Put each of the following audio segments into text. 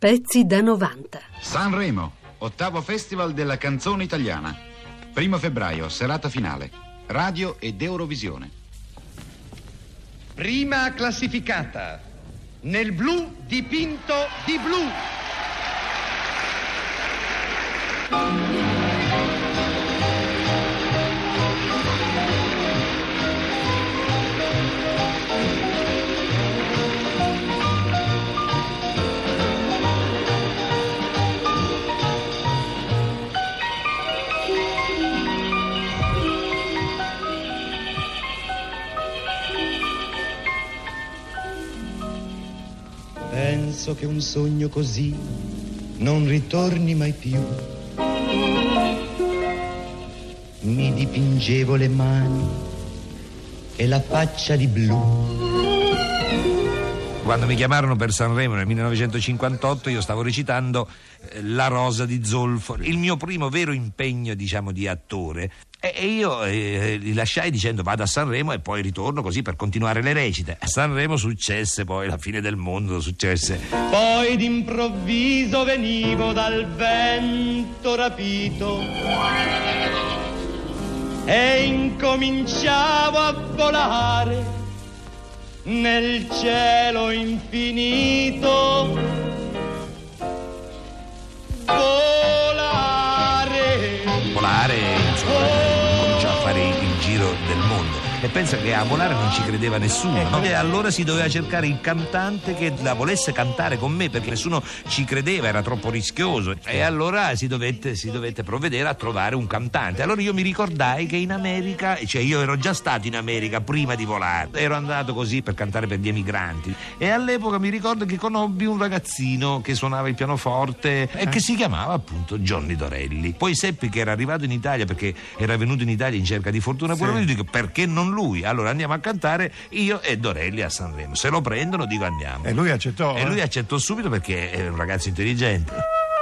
Pezzi da 90. Sanremo, 8º Festival della canzone italiana. 1 febbraio, serata finale. Radio ed Eurovisione. Prima classificata. Nel blu dipinto di blu. Penso che un sogno così non ritorni mai più. Mi dipingevo le mani e la faccia di blu. Quando mi chiamarono per Sanremo nel 1958 io stavo recitando La Rosa di Zolfo, il mio primo vero impegno, diciamo, di attore. E io li lasciai dicendo vado a Sanremo e poi ritorno così per continuare le recite. A Sanremo successe poi la fine del mondo, successe. Poi d'improvviso venivo dal vento rapito e incominciavo a volare nel cielo infinito. Volare, insomma, cominciò a fare il giro del mondo. E pensa che a volare non ci credeva nessuno, no? E allora si doveva cercare il cantante che la volesse cantare con me, perché nessuno ci credeva, era troppo rischioso. E allora si dovette provvedere a trovare un cantante. Allora io mi ricordai che in America, cioè io ero già stato in America prima di volare, ero andato così per cantare per gli emigranti, e all'epoca mi ricordo che conobbi un ragazzino che suonava il pianoforte e che si chiamava appunto Johnny Dorelli. Poi seppi che era arrivato in Italia perché era venuto in Italia in cerca di fortuna pure. Io dico perché non lui? Allora andiamo a cantare io e Dorelli a Sanremo. Se lo prendono dico andiamo. E lui accettò? E lui accettò subito perché è un ragazzo intelligente.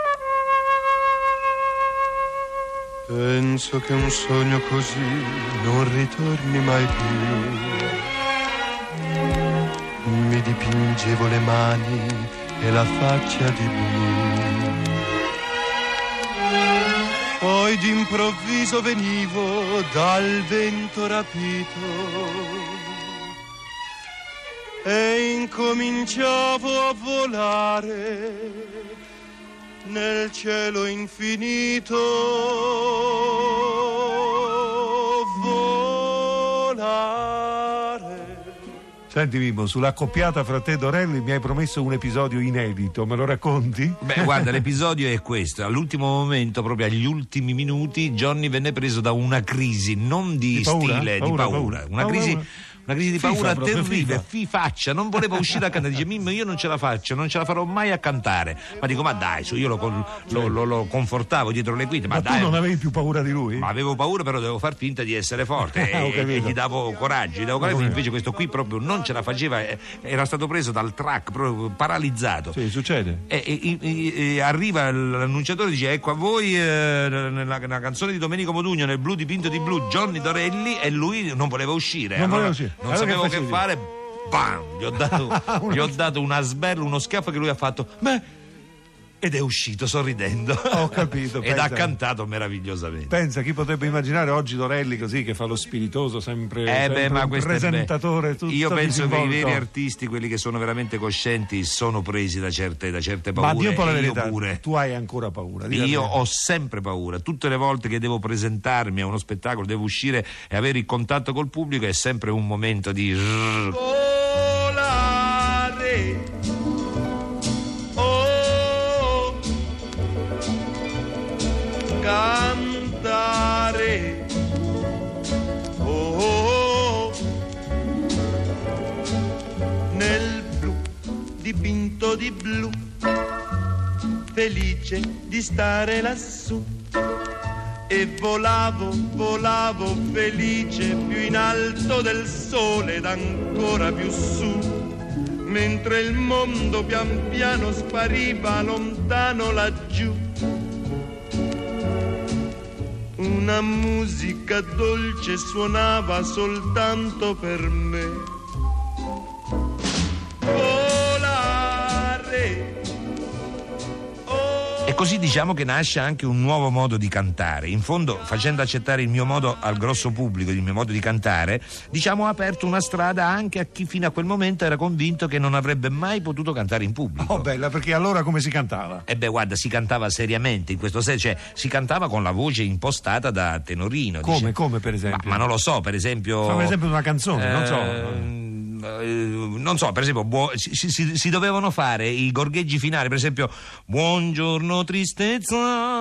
Penso che un sogno così non ritorni mai più. Mi dipingevo le mani e la faccia di blu. Poi d'improvviso venivo dal vento rapito e incominciavo a volare nel cielo infinito. Senti Mimmo, sull'accoppiata fra te e Dorelli mi hai promesso un episodio inedito, me lo racconti? Beh, guarda, l'episodio è questo. All'ultimo momento, proprio agli ultimi minuti, Johnny venne preso da una crisi, non di stile, di paura. Una crisi di paura terribile, fifaccia, non voleva uscire a cantare. Dice Mimmo, io non ce la faccio, non ce la farò mai a cantare. Ma dico, ma dai, io lo confortavo dietro le quinte. Ma tu dai, non avevi più paura di lui? Ma avevo paura, però dovevo far finta di essere forte e gli davo coraggio. Invece questo qui proprio non ce la faceva, era stato preso dal track, proprio paralizzato. Sì, succede. E arriva l'annunciatore e dice ecco a voi nella canzone di Domenico Modugno, nel blu dipinto di blu, Johnny Dorelli, e lui non voleva uscire. Non sapevo che fare. Bam! Gli ho dato una sberla, uno schiaffo che lui ha fatto. Ed è uscito sorridendo. Ho capito. Ed ha cantato meravigliosamente. Pensa, chi potrebbe immaginare oggi Dorelli così, che fa lo spiritoso, sempre ma un presentatore tutto io penso disinvolto. che i veri artisti, quelli che sono veramente coscienti, sono presi da certe paure. Ma Dio per la verità, pure. Tu hai ancora paura? Io ho sempre paura. Tutte le volte che devo presentarmi a uno spettacolo, devo uscire e avere il contatto col pubblico, è sempre un momento di volare. Cantare, nel blu dipinto di blu, felice di stare lassù, e volavo felice più in alto del sole ed ancora più su, mentre il mondo pian piano spariva lontano laggiù. Una musica dolce suonava soltanto per me. Volare E così diciamo che nasce anche un nuovo modo di cantare. In fondo, facendo accettare il mio modo al grosso pubblico, il mio modo di cantare, diciamo, ha aperto una strada anche a chi fino a quel momento era convinto che non avrebbe mai potuto cantare in pubblico. Oh bella, perché allora come si cantava? Guarda, si cantava seriamente in questo senso, cioè si cantava con la voce impostata da tenorino. Come per esempio? Ma non lo so, per esempio... Fa per esempio una canzone, non so, per esempio si dovevano fare i gorgheggi finali, per esempio buongiorno tristezza,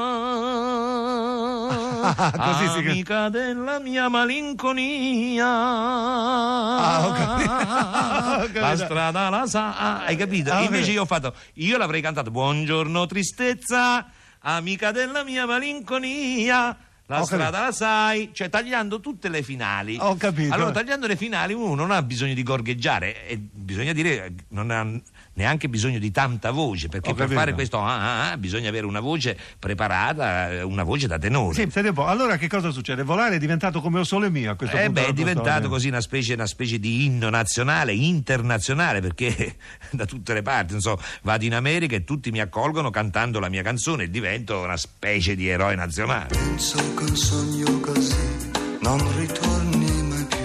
così amica della mia malinconia, ho capito. la strada la sa, hai capito? Invece io l'avrei cantato buongiorno tristezza, amica della mia malinconia, la strada la sai, cioè tagliando tutte le finali. Ho capito. Allora, tagliando le finali uno non ha bisogno di gorgheggiare, e bisogna dire non ha neanche bisogno di tanta voce, perché per fare questo bisogna avere una voce preparata, una voce da tenore. Sì, senti un po', allora che cosa succede? Volare è diventato come O Sole Mio a questo punto? È diventato così una specie di inno nazionale, internazionale, perché da tutte le parti, non so, vado in America e tutti mi accolgono cantando la mia canzone e divento una specie di eroe nazionale. Penso che un sogno così non ritorni mai più.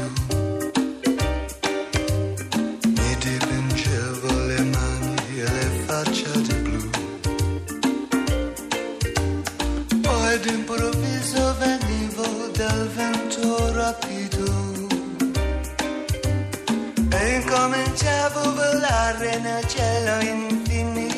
Mi dipingevo le mani e le facce di blu. Poi d'improvviso venivo dal vento rapido e incominciavo a volare nel cielo infinito.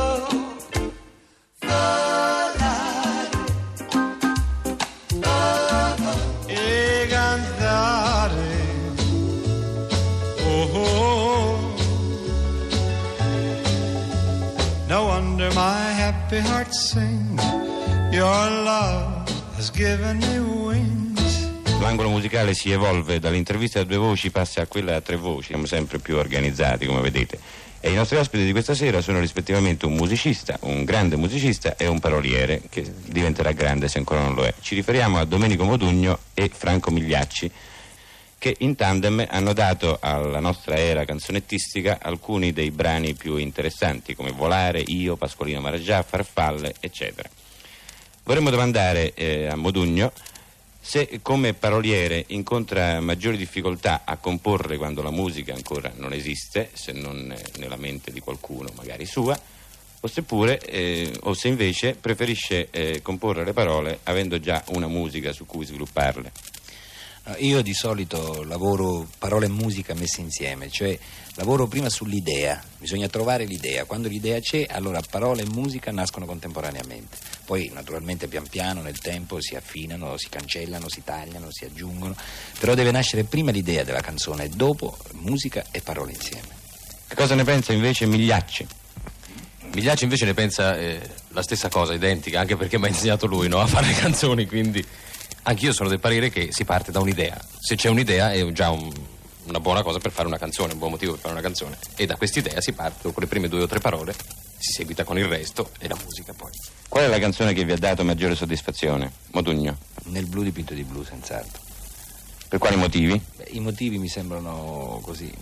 No wonder my happy heart sings. Your love has given me wings. L'angolo musicale si evolve dall'intervista a due voci, passa a quella a tre voci. Siamo sempre più organizzati, come vedete. E i nostri ospiti di questa sera sono rispettivamente un musicista, un grande musicista e un paroliere, che diventerà grande se ancora non lo è. Ci riferiamo a Domenico Modugno e Franco Migliacci, che in tandem hanno dato alla nostra era canzonettistica alcuni dei brani più interessanti, come Volare, Io, Pasqualino Maraggià, Farfalle, eccetera. Vorremmo domandare a Modugno se come paroliere incontra maggiori difficoltà a comporre quando la musica ancora non esiste, se non nella mente di qualcuno, magari sua, o se invece preferisce comporre le parole avendo già una musica su cui svilupparle. Io di solito lavoro parole e musica messe insieme, cioè lavoro prima sull'idea, bisogna trovare l'idea, quando l'idea c'è allora parole e musica nascono contemporaneamente, poi naturalmente pian piano nel tempo si affinano, si cancellano, si tagliano, si aggiungono, però deve nascere prima l'idea della canzone e dopo musica e parole insieme. Che cosa ne pensa invece Migliacci? Migliacci invece ne pensa la stessa cosa, identica, anche perché mi ha insegnato lui, no, a fare le canzoni, quindi anch'io sono del parere che si parte da un'idea. Se c'è un'idea è già una buona cosa per fare una canzone, un buon motivo per fare una canzone. E da quest'idea si parte con le prime 2 o 3 parole, si seguita con il resto e la musica poi. Qual è la canzone che vi ha dato maggiore soddisfazione, Modugno? Nel blu dipinto di blu, senz'altro. Per quali motivi? I motivi mi sembrano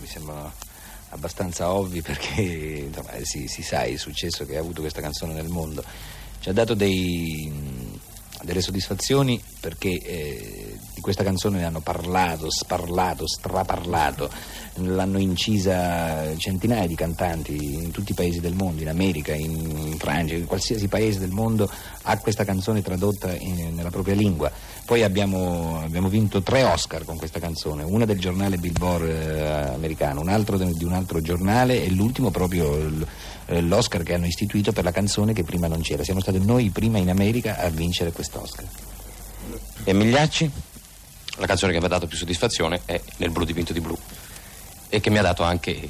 abbastanza ovvi, perché insomma, si sa il successo che ha avuto questa canzone nel mondo. Ci ha dato delle soddisfazioni perché di questa canzone ne hanno parlato, sparlato, straparlato, l'hanno incisa centinaia di cantanti in tutti i paesi del mondo, in America, in Francia, in qualsiasi paese del mondo ha questa canzone tradotta nella propria lingua. Poi abbiamo vinto 3 Oscar con questa canzone, una del giornale Billboard americano, un altro di un altro giornale e l'ultimo proprio l'Oscar che hanno istituito per la canzone che prima non c'era. Siamo stati noi prima in America a vincere quest'Oscar. E Migliacci? La canzone che mi ha dato più soddisfazione è Nel blu dipinto di blu, e che mi ha dato anche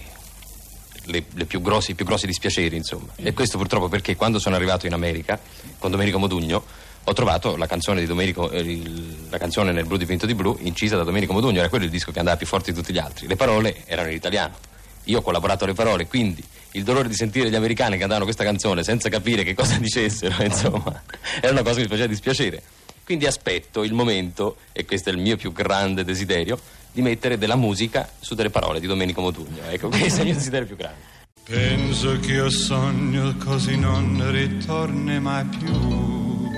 i più grossi dispiaceri, insomma. E questo purtroppo perché quando sono arrivato in America con Domenico Modugno ho trovato la canzone di Domenico, la canzone Nel blu dipinto di blu incisa da Domenico Modugno, era quello il disco che andava più forte di tutti gli altri. Le parole erano in italiano, io ho collaborato alle parole, quindi il dolore di sentire gli americani che cantavano questa canzone senza capire che cosa dicessero, insomma, era una cosa che mi faceva dispiacere. Quindi aspetto il momento, e questo è il mio più grande desiderio, di mettere della musica su delle parole di Domenico Modugno. Ecco, questo è il mio desiderio più grande. Penso che io sogno così non ritorni mai più.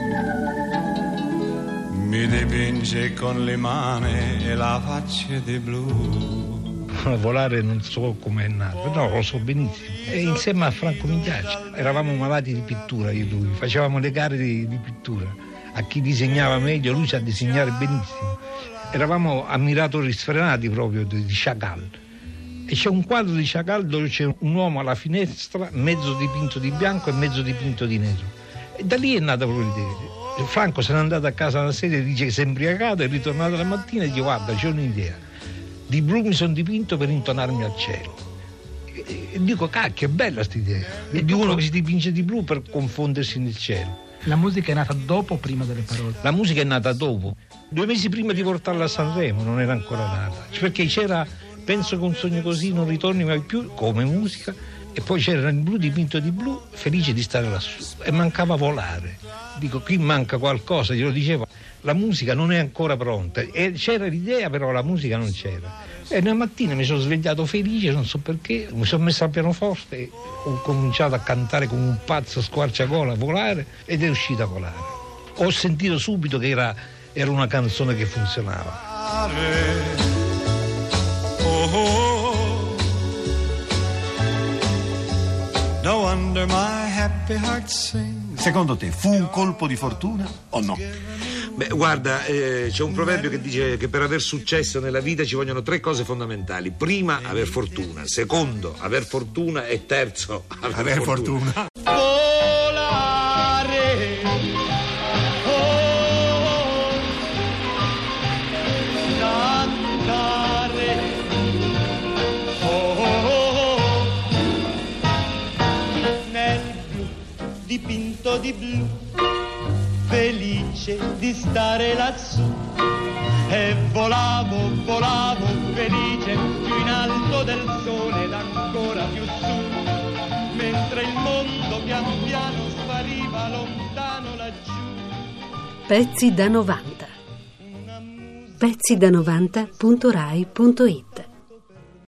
Mi dipinge con le mani e la faccia di blu. Volare non so come è nato, no, lo so benissimo. E insieme a Franco Migliaccio eravamo malati di pittura io e lui, facevamo le gare di pittura. A chi disegnava meglio, lui sa disegnare benissimo. Eravamo ammiratori sfrenati proprio di Chagall. E c'è un quadro di Chagall dove c'è un uomo alla finestra, mezzo dipinto di bianco e mezzo dipinto di nero. E da lì è nata proprio l'idea. Franco se n'è andato a casa la sera e dice che si è imbriacato, è ritornato la mattina e dice guarda, c'è un'idea. Di blu mi sono dipinto per intonarmi al cielo. E dico cacchio, è bella questa idea. Di uno che si dipinge di blu per confondersi nel cielo. La musica è nata dopo o prima delle parole? La musica è nata dopo. 2 mesi prima di portarla a Sanremo non era ancora nata. Perché c'era, penso che un sogno così non ritorni mai più come musica. E poi c'era il blu dipinto di blu, felice di stare lassù. E mancava volare. Dico, qui manca qualcosa, glielo dicevo. La musica non è ancora pronta. E c'era l'idea, però la musica non c'era. E una mattina mi sono svegliato felice, non so perché, mi sono messo al pianoforte e ho cominciato a cantare come un pazzo squarciagola, a volare, ed è uscita a volare. Ho sentito subito che era una canzone che funzionava. No wonder my happy heart sings. Secondo te fu un colpo di fortuna o no? Beh, guarda, c'è un proverbio che dice che per aver successo nella vita ci vogliono 3 cose fondamentali. Prima, aver fortuna. Secondo, aver fortuna. E terzo, aver fortuna. Volare, oh, cantare, oh, nel blu dipinto di blu, felice di stare lassù, e volavo, volavo felice più in alto del sole ed ancora più su, mentre il mondo pian piano spariva lontano laggiù. Pezzi da 90. Pezzi da 90.rai.it